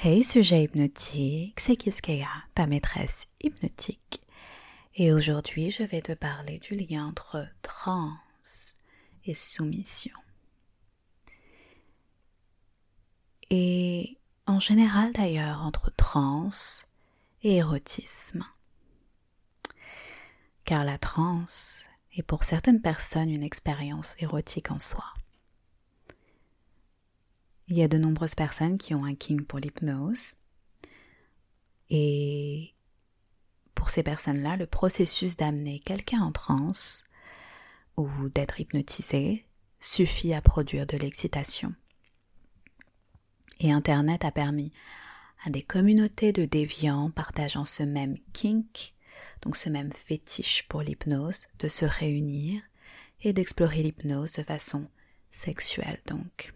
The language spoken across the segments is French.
Hey sujet hypnotique, c'est Kiskeya, ta maîtresse hypnotique. Et aujourd'hui, je vais te parler du lien entre transe et soumission. Et en général d'ailleurs, entre transe et érotisme. Car la transe est pour certaines personnes une expérience érotique en soi. Il y a de nombreuses personnes qui ont un kink pour l'hypnose. Et pour ces personnes-là, le processus d'amener quelqu'un en transe ou d'être hypnotisé suffit à produire de l'excitation. Et Internet a permis à des communautés de déviants partageant ce même kink, donc ce même fétiche pour l'hypnose, de se réunir et d'explorer l'hypnose de façon sexuelle donc.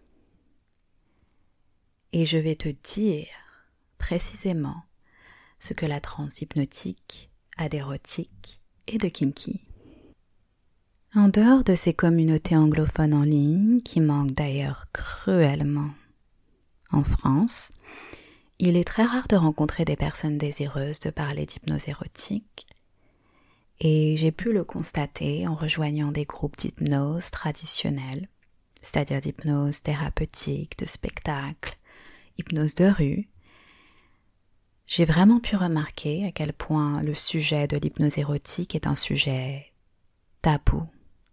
Et je vais te dire précisément ce que la transe hypnotique a d'érotique et de kinky. En dehors de ces communautés anglophones en ligne, qui manquent d'ailleurs cruellement en France, il est très rare de rencontrer des personnes désireuses de parler d'hypnose érotique. Et j'ai pu le constater en rejoignant des groupes d'hypnose traditionnels, c'est-à-dire d'hypnose thérapeutique, de spectacle, hypnose de rue. J'ai vraiment pu remarquer à quel point le sujet de l'hypnose érotique est un sujet tabou.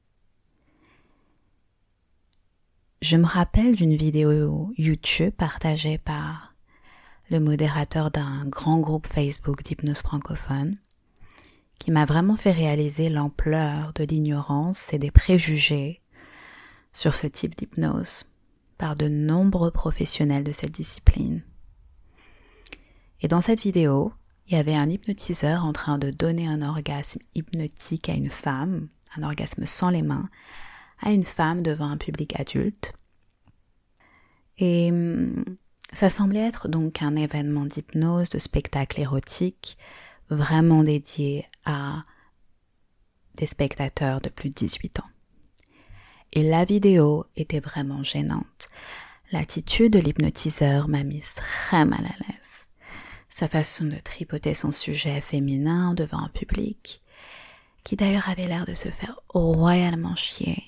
Je me rappelle d'une vidéo YouTube partagée par le modérateur d'un grand groupe Facebook d'hypnose francophone qui m'a vraiment fait réaliser l'ampleur de l'ignorance et des préjugés sur ce type d'hypnose par de nombreux professionnels de cette discipline. Et dans cette vidéo, il y avait un hypnotiseur en train de donner un orgasme hypnotique à une femme, un orgasme sans les mains, à une femme devant un public adulte. Et ça semblait être donc un événement d'hypnose, de spectacle érotique, vraiment dédié à des spectateurs de plus de 18 ans. Et la vidéo était vraiment gênante. L'attitude de l'hypnotiseur m'a mise très mal à l'aise. Sa façon de tripoter son sujet féminin devant un public, qui d'ailleurs avait l'air de se faire royalement chier.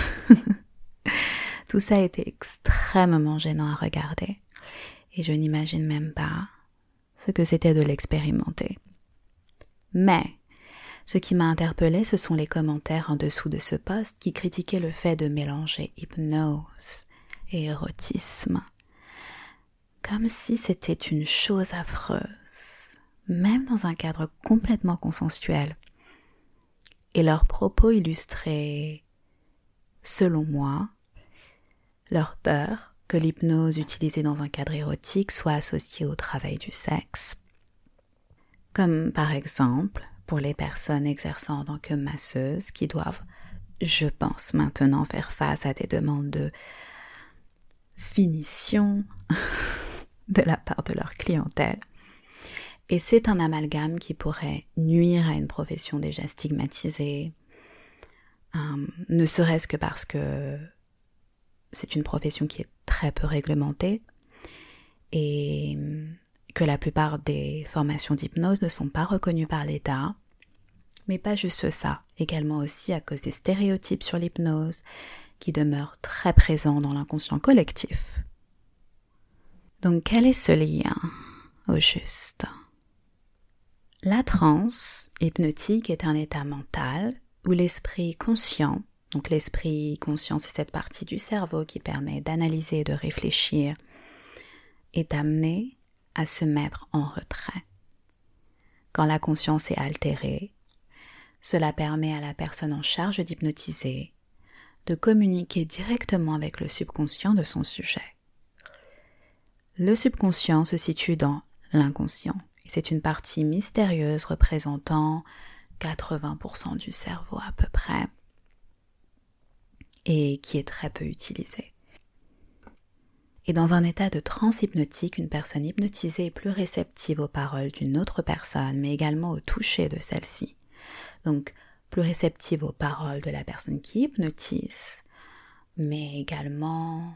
Tout ça était extrêmement gênant à regarder, et je n'imagine même pas ce que c'était de l'expérimenter. Mais ce qui m'a interpellée, ce sont les commentaires en dessous de ce post qui critiquaient le fait de mélanger hypnose et érotisme. Comme si c'était une chose affreuse, même dans un cadre complètement consensuel. Et leurs propos illustraient, selon moi, leur peur que l'hypnose utilisée dans un cadre érotique soit associée au travail du sexe. Comme par exemple, pour les personnes exerçant en tant que masseuses qui doivent, je pense maintenant, faire face à des demandes de finition de la part de leur clientèle. Et c'est un amalgame qui pourrait nuire à une profession déjà stigmatisée, ne serait-ce que parce que c'est une profession qui est très peu réglementée et que la plupart des formations d'hypnose ne sont pas reconnues par l'État. Mais pas juste ça, également aussi à cause des stéréotypes sur l'hypnose qui demeurent très présents dans l'inconscient collectif. Donc quel est ce lien au juste ? La transe hypnotique est un état mental où l'esprit conscient, donc l'esprit conscient c'est cette partie du cerveau qui permet d'analyser et de réfléchir, est amené à se mettre en retrait. Quand la conscience est altérée, cela permet à la personne en charge d'hypnotiser de communiquer directement avec le subconscient de son sujet. Le subconscient se situe dans l'inconscient et c'est une partie mystérieuse représentant 80% du cerveau à peu près et qui est très peu utilisée. Et dans un état de transe hypnotique, une personne hypnotisée est plus réceptive aux paroles d'une autre personne, mais également au toucher de celle-ci. Donc, plus réceptive aux paroles de la personne qui hypnotise, mais également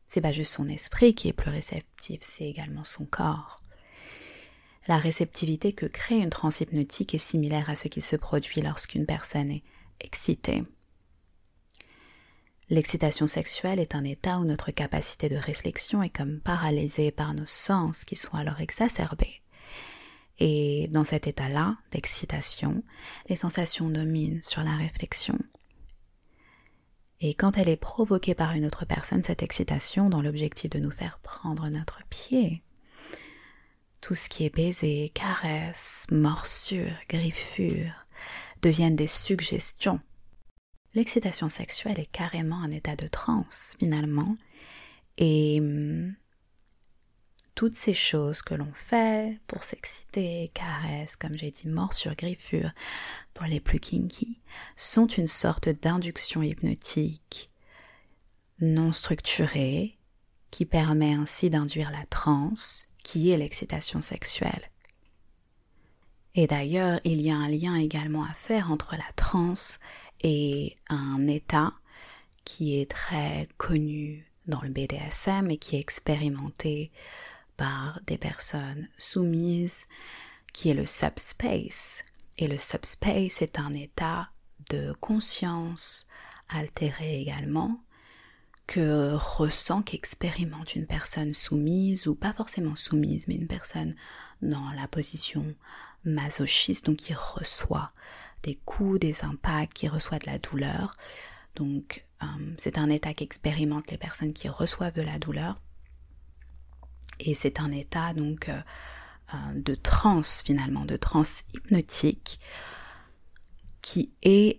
C'est pas juste son esprit qui est plus réceptif, c'est également son corps. La réceptivité que crée une transe hypnotique est similaire à ce qui se produit lorsqu'une personne est excitée. L'excitation sexuelle est un état où notre capacité de réflexion est comme paralysée par nos sens qui sont alors exacerbés. Et dans cet état-là d'excitation, les sensations dominent sur la réflexion. Et quand elle est provoquée par une autre personne, cette excitation, dans l'objectif de nous faire prendre notre pied, tout ce qui est baiser, caresse, morsure, griffure, deviennent des suggestions. L'excitation sexuelle est carrément un état de transe, finalement, et toutes ces choses que l'on fait pour s'exciter, caresse, comme j'ai dit, morsure, griffure, pour les plus kinky, sont une sorte d'induction hypnotique non structurée qui permet ainsi d'induire la transe, qui est l'excitation sexuelle. Et d'ailleurs, il y a un lien également à faire entre la transe et un état qui est très connu dans le BDSM et qui est expérimenté par des personnes soumises, qui est le subspace. Et le subspace est un état de conscience altéré également, que ressent, qu'expérimente une personne soumise, ou pas forcément soumise, mais une personne dans la position masochiste, donc qui reçoit des coups, des impacts, qui reçoit de la douleur. Donc c'est un état qu'expérimentent les personnes qui reçoivent de la douleur. Et c'est un état donc de transe finalement, de transe hypnotique qui est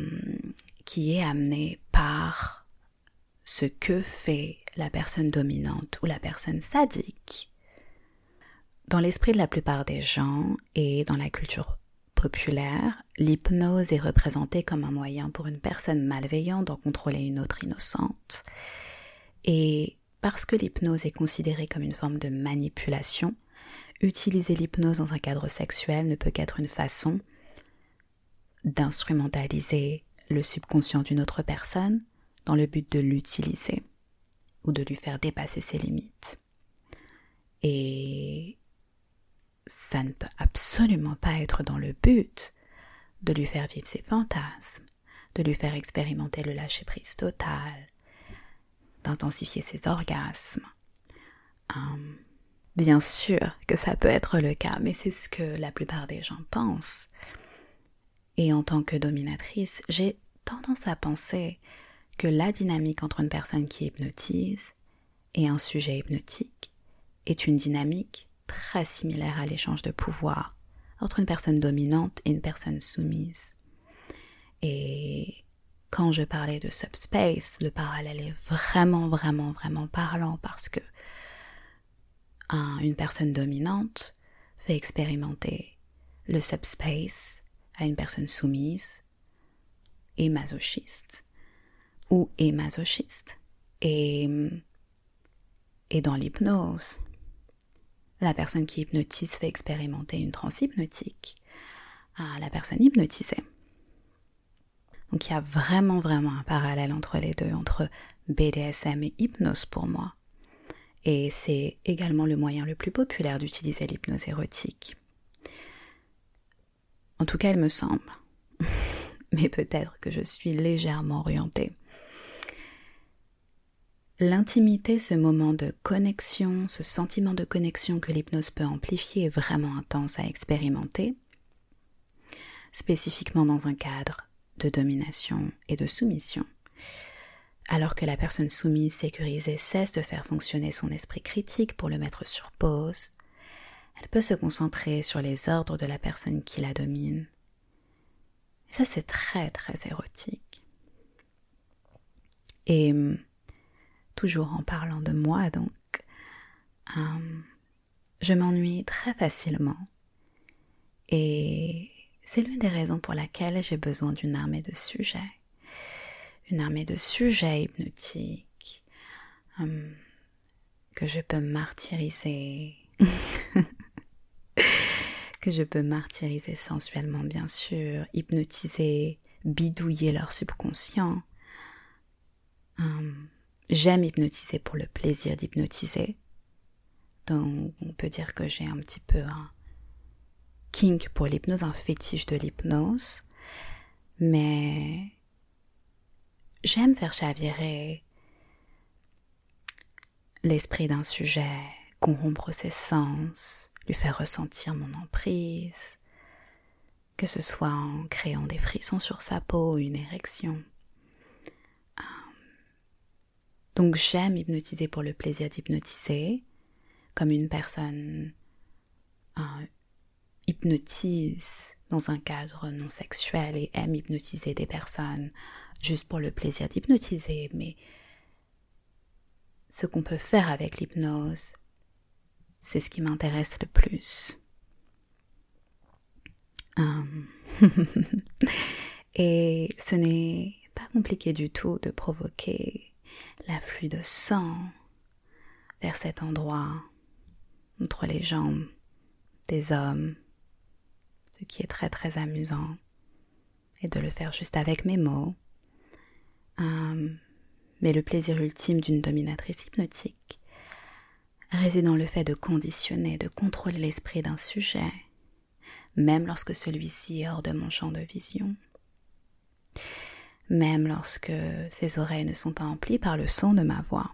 amené par ce que fait la personne dominante ou la personne sadique. Dans l'esprit de la plupart des gens et dans la culture populaire, l'hypnose est représentée comme un moyen pour une personne malveillante d'en contrôler une autre innocente. Et parce que l'hypnose est considérée comme une forme de manipulation, utiliser l'hypnose dans un cadre sexuel ne peut qu'être une façon d'instrumentaliser le subconscient d'une autre personne dans le but de l'utiliser ou de lui faire dépasser ses limites. Et ça ne peut absolument pas être dans le but de lui faire vivre ses fantasmes, de lui faire expérimenter le lâcher-prise total, d'intensifier ses orgasmes. Bien sûr que ça peut être le cas, mais c'est ce que la plupart des gens pensent. Et en tant que dominatrice, j'ai tendance à penser que la dynamique entre une personne qui hypnotise et un sujet hypnotique est une dynamique très similaire à l'échange de pouvoir entre une personne dominante et une personne soumise. Et quand je parlais de subspace, le parallèle est vraiment parlant parce que une personne dominante fait expérimenter le subspace à une personne soumise et masochiste ou est masochiste. Et dans l'hypnose, la personne qui hypnotise fait expérimenter une transe hypnotique à la personne hypnotisée. Donc il y a vraiment un parallèle entre les deux, entre BDSM et hypnose pour moi. Et c'est également le moyen le plus populaire d'utiliser l'hypnose érotique. En tout cas, il me semble. Mais peut-être que je suis légèrement orientée. L'intimité, ce moment de connexion, ce sentiment de connexion que l'hypnose peut amplifier est vraiment intense à expérimenter, spécifiquement dans un cadre de domination et de soumission. Alors que la personne soumise sécurisée cesse de faire fonctionner son esprit critique pour le mettre sur pause, elle peut se concentrer sur les ordres de la personne qui la domine. Et ça, c'est très érotique. Et toujours en parlant de moi, donc, je m'ennuie très facilement. Et c'est l'une des raisons pour laquelle j'ai besoin d'une armée de sujets. Une armée de sujets hypnotiques que je peux martyriser, que je peux martyriser sensuellement bien sûr, hypnotiser, bidouiller leur subconscient. j'aime hypnotiser pour le plaisir d'hypnotiser. Donc, on peut dire que j'ai un petit peu un kink pour l'hypnose, un fétiche de l'hypnose. Mais j'aime faire chavirer l'esprit d'un sujet, corrompre ses sens, lui faire ressentir mon emprise, que ce soit en créant des frissons sur sa peau, une érection. Donc j'aime hypnotiser pour le plaisir d'hypnotiser, comme une personne hypnotise dans un cadre non sexuel et aime hypnotiser des personnes juste pour le plaisir d'hypnotiser, mais ce qu'on peut faire avec l'hypnose, c'est ce qui m'intéresse le plus. Et ce n'est pas compliqué du tout de provoquer l'afflux de sang vers cet endroit entre les jambes des hommes, ce qui est très très amusant, et de le faire juste avec mes mots. Mais le plaisir ultime d'une dominatrice hypnotique réside dans le fait de conditionner, de contrôler l'esprit d'un sujet, même lorsque celui-ci est hors de mon champ de vision, même lorsque ses oreilles ne sont pas emplies par le son de ma voix.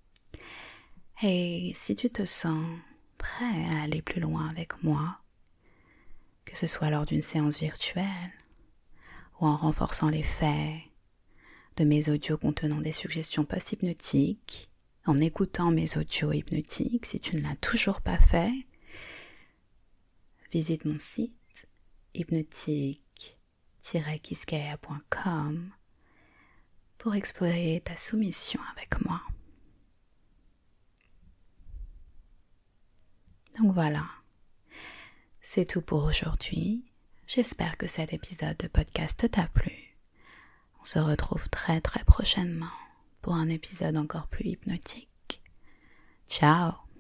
Et si tu te sens prêt à aller plus loin avec moi, que ce soit lors d'une séance virtuelle ou en renforçant l'effet de mes audios contenant des suggestions post-hypnotiques, en écoutant mes audios hypnotiques, si tu ne l'as toujours pas fait, visite mon site hypnotique-kiskaya.com pour explorer ta soumission avec moi. Donc voilà, c'est tout pour aujourd'hui. J'espère que cet épisode de podcast t'a plu. On se retrouve très très prochainement pour un épisode encore plus hypnotique. Ciao!